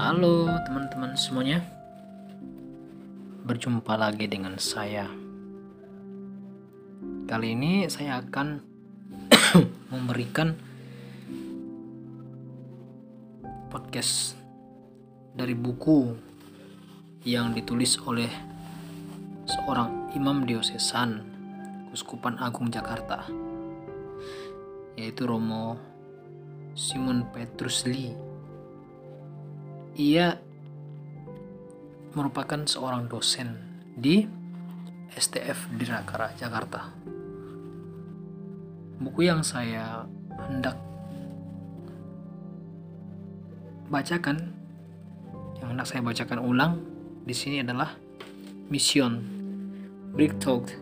Halo teman-teman semuanya, berjumpa lagi dengan saya. Kali ini saya akan memberikan podcast dari buku yang ditulis oleh seorang imam diosesan Kuskupan Agung Jakarta, yaitu Romo Simon Petrus Lee. Ia merupakan seorang dosen di STF Dirakara, Jakarta. Buku yang saya hendak bacakan, ulang di sini adalah Mission Break Talk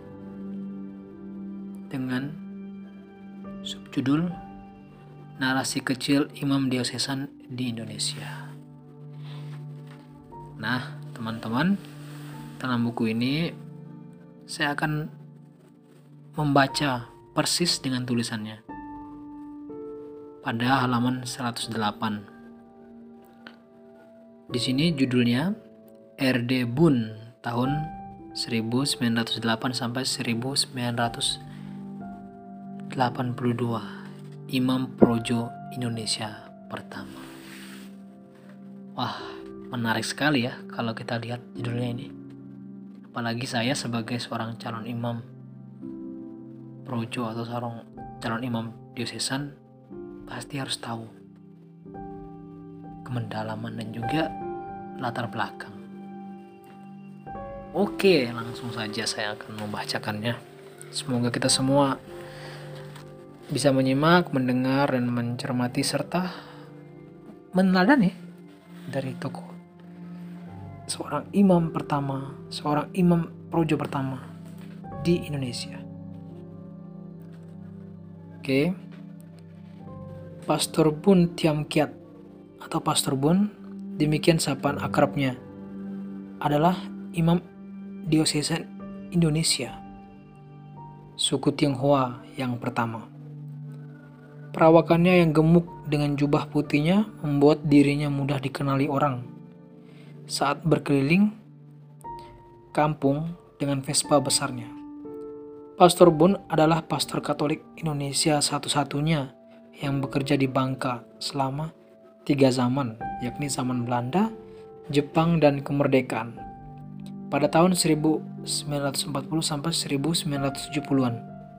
dengan subjudul Narasi Kecil Imam Diosesan di Indonesia. Nah, teman-teman, dalam buku ini saya akan membaca persis dengan tulisannya pada halaman 108. Di sini judulnya R.D. Boon tahun 1908 sampai 1982, Imam Projo Indonesia pertama. Wah, menarik sekali ya kalau kita lihat judulnya ini. Apalagi saya sebagai seorang calon imam projo atau seorang calon imam diosesan pasti harus tahu kemendalaman dan juga latar belakang. Oke, langsung saja saya akan membacakannya. Semoga kita semua bisa menyimak, mendengar, dan mencermati serta meneladani dari tokoh seorang imam pertama, seorang imam projo pertama di Indonesia. Oke. Pastor Boon Thiam Kiat atau Pastor Boon, demikian sapaan akrabnya, adalah imam diosesan Indonesia, suku Tionghoa yang pertama. Perawakannya yang gemuk dengan jubah putihnya membuat dirinya mudah dikenali orang saat berkeliling kampung dengan Vespa besarnya. Pastor Boon adalah pastor Katolik Indonesia satu-satunya yang bekerja di Bangka selama 3 zaman, yakni zaman Belanda, Jepang, dan kemerdekaan pada tahun 1940 sampai 1970-an.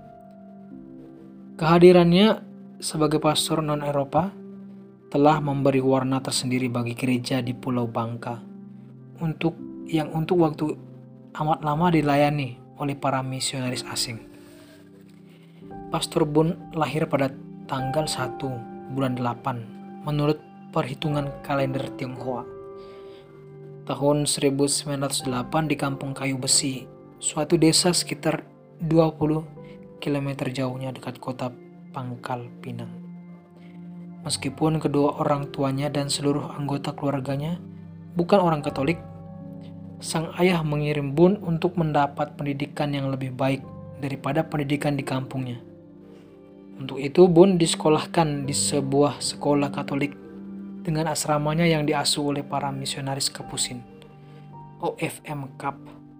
Kehadirannya sebagai pastor non-Eropa telah memberi warna tersendiri bagi gereja di Pulau Bangka untuk waktu amat lama dilayani oleh para misionaris asing. Pastor Boon lahir pada tanggal 1 bulan 8 menurut perhitungan kalender Tionghoa. Tahun 1908 di Kampung Kayu Besi, suatu desa sekitar 20 km jauhnya dekat kota Pangkal Pinang. Meskipun kedua orang tuanya dan seluruh anggota keluarganya bukan orang Katolik, sang ayah mengirim Boon untuk mendapat pendidikan yang lebih baik daripada pendidikan di kampungnya. Untuk itu Boon disekolahkan di sebuah sekolah Katolik dengan asramanya yang diasuh oleh para misionaris Kapusin OFM Kap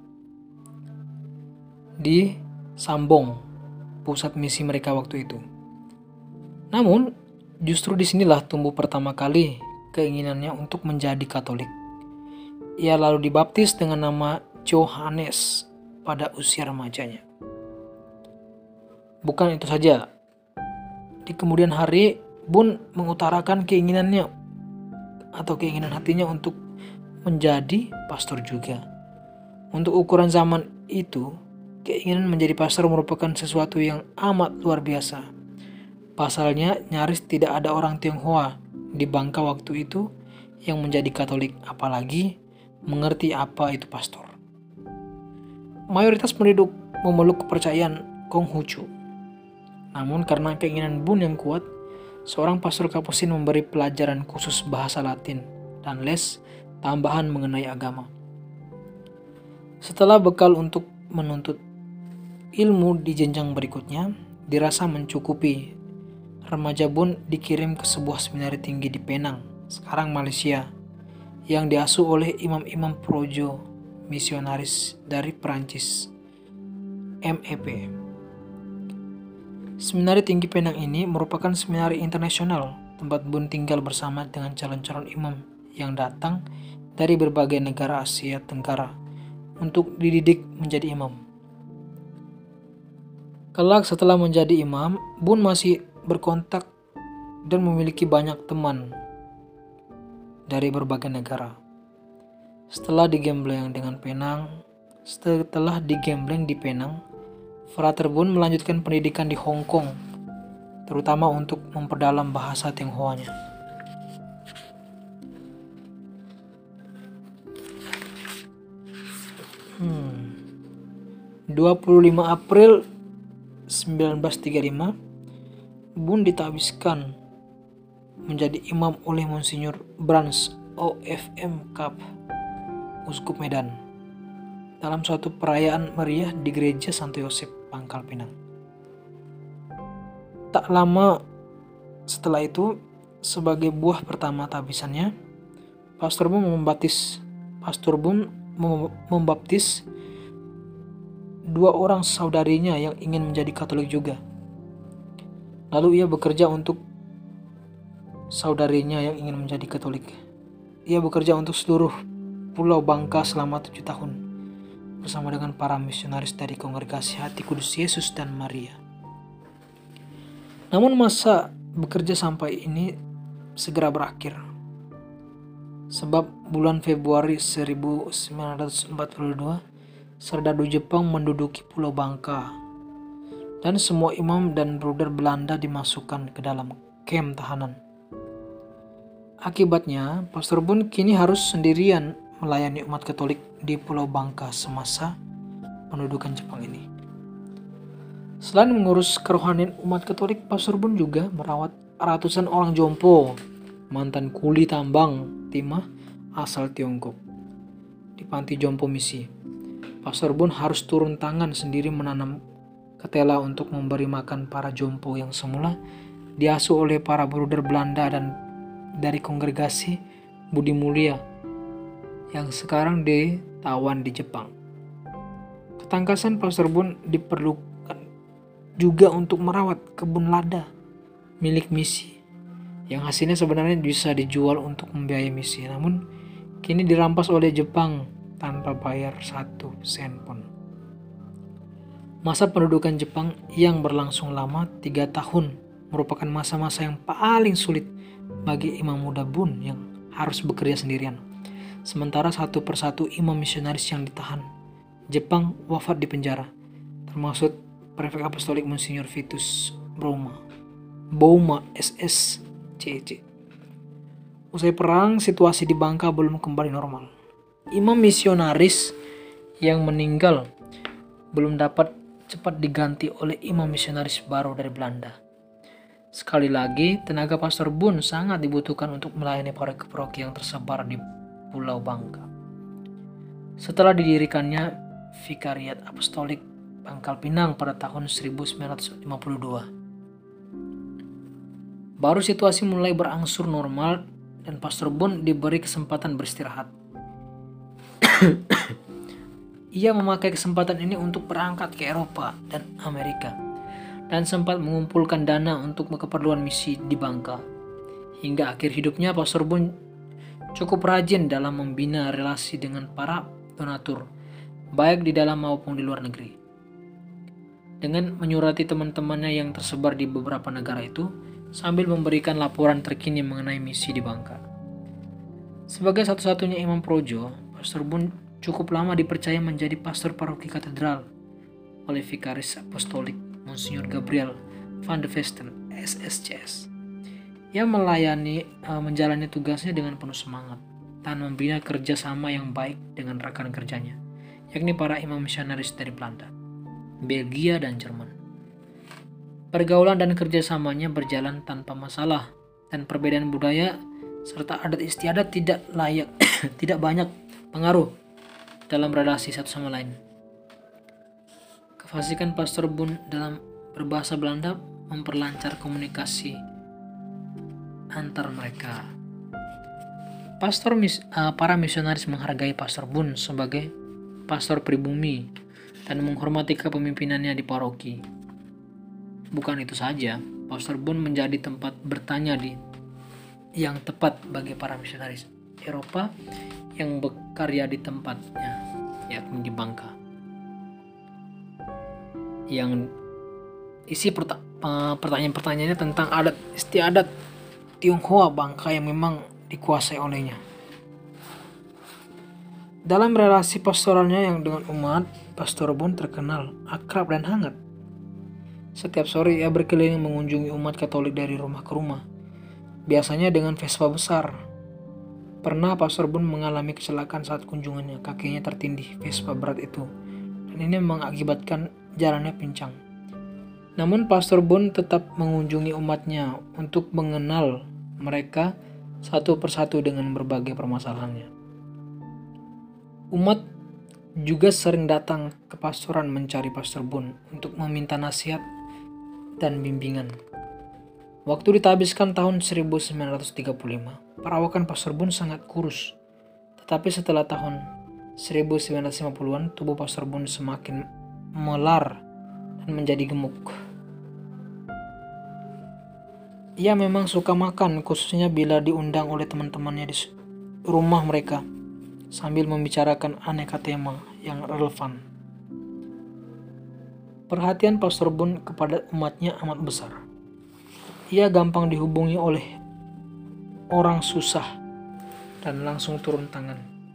di Sambong, pusat misi mereka waktu itu. Namun, justru disinilah tumbuh pertama kali keinginannya untuk menjadi Katolik. Ia lalu dibaptis dengan nama Johannes pada usia remajanya. Bukan itu saja, di kemudian hari Boon mengutarakan keinginan hatinya untuk menjadi pastor juga. Untuk ukuran zaman itu, keinginan menjadi pastor merupakan sesuatu yang amat luar biasa. Pasalnya, nyaris tidak ada orang Tionghoa di Bangka waktu itu yang menjadi Katolik, apalagi mengerti apa itu pastor. Mayoritas penduduk memeluk kepercayaan Konghucu. Namun karena keinginan Boon yang kuat, seorang pastor Kapusin memberi pelajaran khusus bahasa Latin dan les tambahan mengenai agama. Setelah bekal untuk menuntut ilmu di jenjang berikutnya dirasa mencukupi, remaja Boon dikirim ke sebuah seminari tinggi di Penang, sekarang Malaysia, yang diasuh oleh imam-imam projo misionaris dari Perancis, MEP. Seminari Tinggi Penang ini merupakan seminari internasional tempat Bun tinggal bersama dengan calon-calon imam yang datang dari berbagai negara Asia Tenggara untuk dididik menjadi imam. Kelak setelah menjadi imam, Bun masih berkontak dan memiliki banyak teman dari berbagai negara. Setelah digembleng di Penang, Frater Bun melanjutkan pendidikan di Hong Kong, terutama untuk memperdalam bahasa Tionghoanya. 25 April 1935, Bun ditabiskan menjadi imam oleh Monsinyur Brans OFM Kap, Uskup Medan, dalam suatu perayaan meriah di Gereja Santo Yosef, Pangkal Pinang. Tak lama setelah itu, sebagai buah pertama tabisannya, Pastor Bun membaptis 2 orang saudarinya yang ingin menjadi Katolik juga. Lalu ia bekerja untuk saudarinya yang ingin menjadi Katolik. Ia bekerja untuk seluruh Pulau Bangka selama 7 tahun bersama dengan para misionaris dari Kongregasi Hati Kudus Yesus dan Maria. Namun masa bekerja sampai ini segera berakhir. Sebab bulan Februari 1942, serdadu Jepang menduduki Pulau Bangka dan semua imam dan bruder Belanda dimasukkan ke dalam kamp tahanan. Akibatnya, Pastor Bun kini harus sendirian melayani umat Katolik di Pulau Bangka semasa pendudukan Jepang ini. Selain mengurus kerohanian umat Katolik, Pastor Bun juga merawat ratusan orang jompo, mantan kuli tambang timah asal Tiongkok di panti jompo misi. Pastor Bun harus turun tangan sendiri menanam ketela untuk memberi makan para jompo yang semula diasuh oleh para bruder Belanda dan dari Kongregasi Budi Mulia yang sekarang ditawan di Jepang. Ketangkasan Pastor Bun diperlukan juga untuk merawat kebun lada milik misi yang hasilnya sebenarnya bisa dijual untuk membiayai misi, namun kini dirampas oleh Jepang tanpa bayar 1 sen pun. Masa pendudukan Jepang yang berlangsung lama 3 tahun merupakan masa-masa yang paling sulit bagi imam muda Bun yang harus bekerja sendirian. Sementara satu persatu imam misionaris yang ditahan Jepang wafat di penjara, termasuk Prefek Apostolik Monsinyur Vitus Bouma SSCC. Usai perang, situasi di Bangka belum kembali normal. Imam misionaris yang meninggal belum dapat cepat diganti oleh imam misionaris baru dari Belanda. Sekali lagi, tenaga Pastor Bun sangat dibutuhkan untuk melayani paroki-paroki yang tersebar di Pulau Bangka. Setelah didirikannya Vikariat Apostolik Pangkal Pinang pada tahun 1952, baru situasi mulai berangsur normal dan Pastor Bun diberi kesempatan beristirahat. Ia memakai kesempatan ini untuk berangkat ke Eropa dan Amerika dan sempat mengumpulkan dana untuk keperluan misi di Bangka. Hingga akhir hidupnya, Pastor Bun cukup rajin dalam membina relasi dengan para donatur, baik di dalam maupun di luar negeri. Dengan menyurati teman-temannya yang tersebar di beberapa negara itu, sambil memberikan laporan terkini mengenai misi di Bangka. Sebagai satu-satunya imam projo, Pastor Bun cukup lama dipercaya menjadi pastor paroki katedral oleh Vikaris Apostolik Monsinyur Gabriel van de Vesten SSCS. Ia menjalani tugasnya dengan penuh semangat dan membina kerjasama yang baik dengan rekan kerjanya, yakni para imam misionaris dari Belanda, Belgia, dan Jerman. Pergaulan dan kerjasamanya berjalan tanpa masalah dan perbedaan budaya serta adat istiadat tidak banyak pengaruh dalam relasi satu sama lain. Kefasikan Pastor Bun dalam berbahasa Belanda memperlancar komunikasi antar mereka. Para misionaris menghargai Pastor Bun sebagai pastor pribumi dan menghormati kepemimpinannya di paroki. Bukan itu saja, Pastor Bun menjadi tempat bertanya yang tepat bagi para misionaris Eropa yang berkarya di tempatnya, yakni di Bangka. Yang isi pertanyaan-pertanyaannya tentang adat istiadat Tionghoa Bangka yang memang dikuasai olehnya. Dalam relasi pastoralnya yang dengan umat, Pastor Bun terkenal akrab dan hangat. Setiap sore ia berkeliling mengunjungi umat Katolik dari rumah ke rumah, biasanya dengan vespa besar. Pernah Pastor Bun mengalami kecelakaan saat kunjungannya, kakinya tertindih vespa berat itu, dan ini mengakibatkan jalannya pincang. Namun Pastor Bun tetap mengunjungi umatnya untuk mengenal mereka satu persatu dengan berbagai permasalahannya. Umat juga sering datang ke pastoran mencari Pastor Bun untuk meminta nasihat dan bimbingan. Waktu ditabiskan tahun 1935, perawakan Pastor Bun sangat kurus. Tetapi setelah tahun 1950-an, tubuh Pastor Bun semakin melar dan menjadi gemuk. Ia memang suka makan, khususnya bila diundang oleh teman-temannya di rumah mereka, sambil membicarakan aneka tema yang relevan. Perhatian Pastor Bun kepada umatnya amat besar. Ia gampang dihubungi oleh orang susah dan langsung turun tangan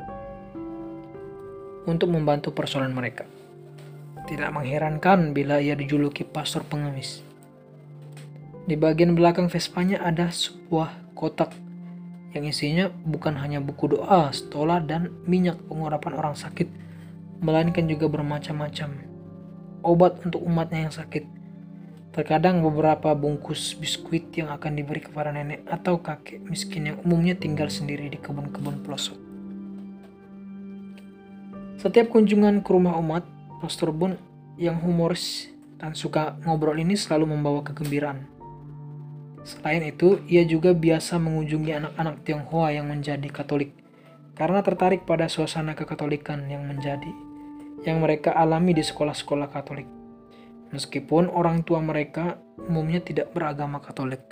untuk membantu persoalan mereka. Tidak mengherankan bila ia dijuluki pastor pengemis. Di bagian belakang Vespanya ada sebuah kotak yang isinya bukan hanya buku doa, stola, dan minyak pengurapan orang sakit, melainkan juga bermacam-macam obat untuk umatnya yang sakit. Terkadang beberapa bungkus biskuit yang akan diberi kepada nenek atau kakek miskin yang umumnya tinggal sendiri di kebun-kebun pelosok. Setiap kunjungan ke rumah umat, Pastor Bun yang humoris dan suka ngobrol ini selalu membawa kegembiraan. Selain itu, ia juga biasa mengunjungi anak-anak Tionghoa yang menjadi Katolik karena tertarik pada suasana kekatolikan yang mereka alami di sekolah-sekolah Katolik. Meskipun orang tua mereka umumnya tidak beragama Katolik.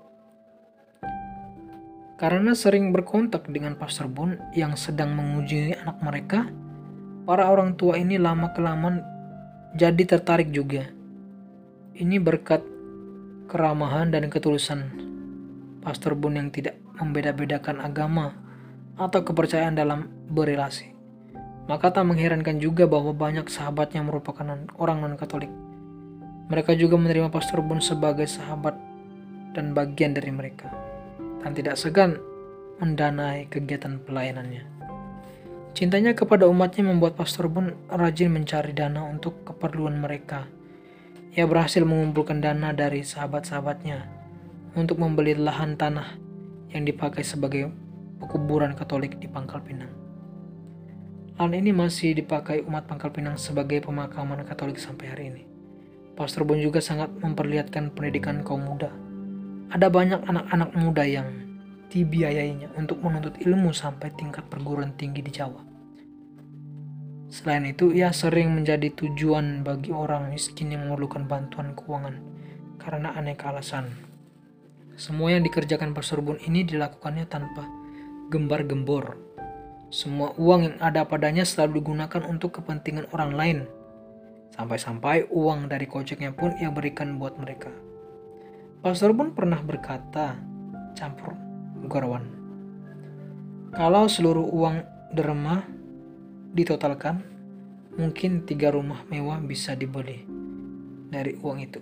Karena sering berkontak dengan Pastor Bun yang sedang mengunjungi anak mereka, para orang tua ini lama-kelamaan jadi tertarik juga. Ini berkat keramahan dan ketulusan Pastor Bun yang tidak membeda-bedakan agama atau kepercayaan dalam berelasi. Maka tak mengherankan juga bahwa banyak sahabatnya merupakan orang non-Katolik. Mereka juga menerima Pastor Bun sebagai sahabat dan bagian dari mereka, dan tidak segan mendanai kegiatan pelayanannya. Cintanya kepada umatnya membuat Pastor Bun rajin mencari dana untuk keperluan mereka. Ia berhasil mengumpulkan dana dari sahabat-sahabatnya untuk membeli lahan tanah yang dipakai sebagai pekuburan Katolik di Pangkal Pinang. Lahan ini masih dipakai umat Pangkal Pinang sebagai pemakaman Katolik sampai hari ini. Pastor Bun juga sangat memperlihatkan pendidikan kaum muda. Ada banyak anak-anak muda yang dibiayainya untuk menuntut ilmu sampai tingkat perguruan tinggi di Jawa. Selain itu, ia sering menjadi tujuan bagi orang miskin yang memerlukan bantuan keuangan karena aneka alasan. Semua yang dikerjakan Pastor Bun ini dilakukannya tanpa gembar-gembor. Semua uang yang ada padanya selalu digunakan untuk kepentingan orang lain. Sampai-sampai uang dari koceknya pun ia berikan buat mereka. Pastor Bun pernah berkata, campur gurauan, kalau seluruh uang derma ditotalkan, mungkin 3 rumah mewah bisa dibeli dari uang itu.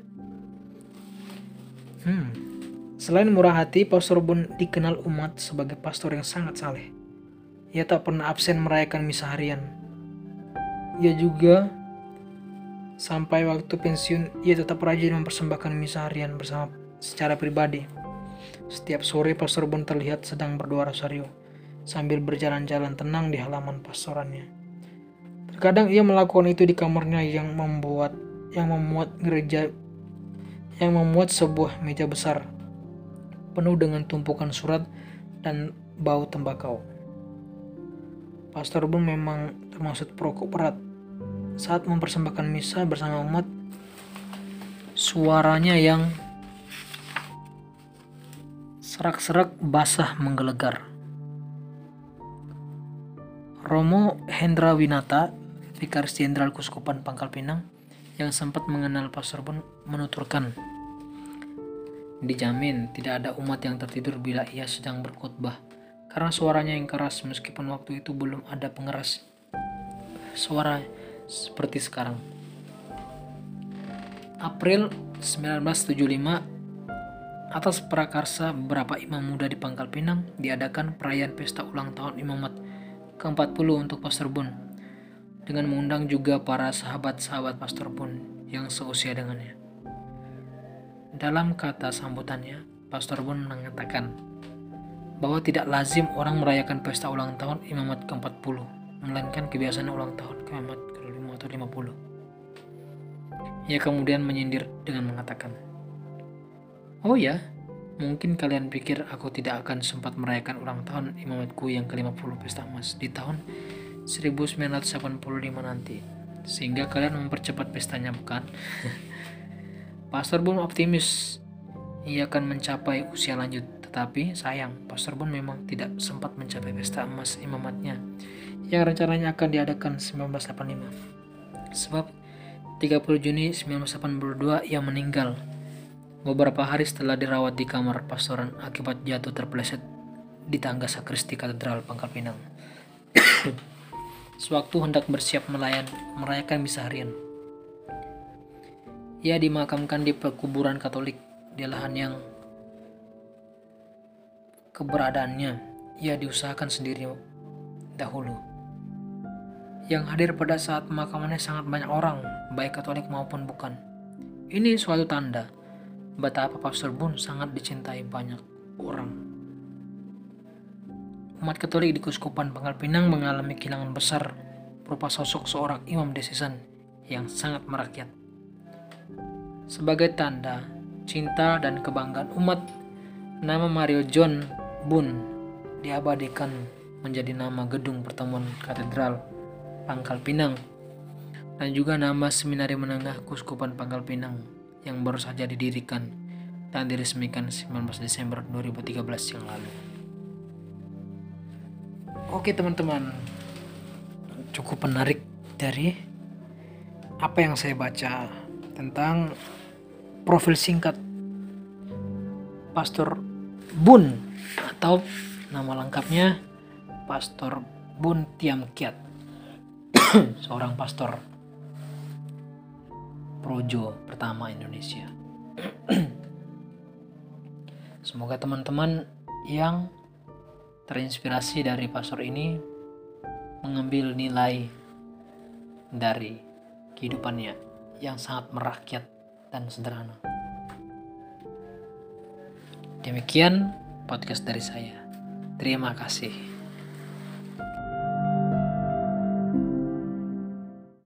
Selain murah hati, Pastor Bun dikenal umat sebagai pastor yang sangat saleh. Ia tak pernah absen merayakan misa harian. Ia juga sampai waktu pensiun, ia tetap rajin mempersembahkan misa harian bersama secara pribadi. Setiap sore Pastor Bun terlihat sedang berdoa rosario sambil berjalan-jalan tenang di halaman pastorannya. Terkadang ia melakukan itu di kamarnya yang memuat sebuah meja besar penuh dengan tumpukan surat dan bau tembakau. Pastor Bun memang termasuk perokok berat. Saat mempersembahkan misa bersama umat, suaranya yang serak-serak basah menggelegar. Romo Hendra Winata, Vikaris Jenderal Kuskupan Pangkal Pinang, yang sempat mengenal Pastor Bun menuturkan, dijamin tidak ada umat yang tertidur bila ia sedang berkhotbah, karena suaranya yang keras meskipun waktu itu belum ada pengeras suara seperti sekarang. April 1975, atas prakarsa beberapa imam muda di Pangkal Pinang, diadakan perayaan pesta ulang tahun imamat ke-40 untuk Pastor Bun, dengan mengundang juga para sahabat-sahabat Pastor Bun yang seusia dengannya. Dalam kata sambutannya, Pastor Bun mengatakan bahwa tidak lazim orang merayakan pesta ulang tahun imamat ke-40, melainkan kebiasaan ulang tahun imamat ke-5 atau 50. Ia kemudian menyindir dengan mengatakan, "Oh ya, mungkin kalian pikir aku tidak akan sempat merayakan ulang tahun imamatku yang ke-50 pesta emas di tahun 1985 nanti, sehingga kalian mempercepat pestanya, bukan?" Pastor Bun optimis ia akan mencapai usia lanjut, tetapi sayang, Pastor Bun memang tidak sempat mencapai pesta emas imamatnya yang rencananya akan diadakan 1985. Sebab 30 Juni 1982 ia meninggal beberapa hari setelah dirawat di kamar pastoran akibat jatuh terpeleset di tangga sakristi Katedral Pangkal Pinang. Sewaktu hendak bersiap merayakan misa harian, ia dimakamkan di pekuburan Katolik di lahan yang keberadaannya ia diusahakan sendiri dahulu. Yang hadir pada saat pemakamannya sangat banyak orang, baik Katolik maupun bukan. Ini suatu tanda betapa Pastor Bun sangat dicintai banyak orang. Umat Katolik di Kuskupan Pangkal Pinang mengalami kehilangan besar berupa sosok seorang imam diocesan yang sangat merakyat. Sebagai tanda cinta dan kebanggaan umat, nama Mario John Bun diabadikan menjadi nama gedung pertemuan Katedral Pangkal Pinang dan juga nama Seminari Menengah Kuskupan Pangkal Pinang yang baru saja didirikan dan diresmikan 19 Desember 2013 yang lalu. Oke teman-teman, cukup menarik dari apa yang saya baca tentang profil singkat Pastor Bun atau nama lengkapnya Pastor Bun Tiam Kiat, seorang pastor Projo pertama Indonesia. Semoga teman-teman yang terinspirasi dari pastor ini mengambil nilai dari kehidupannya yang sangat merakyat dan sederhana. Demikian podcast dari saya. Terima kasih.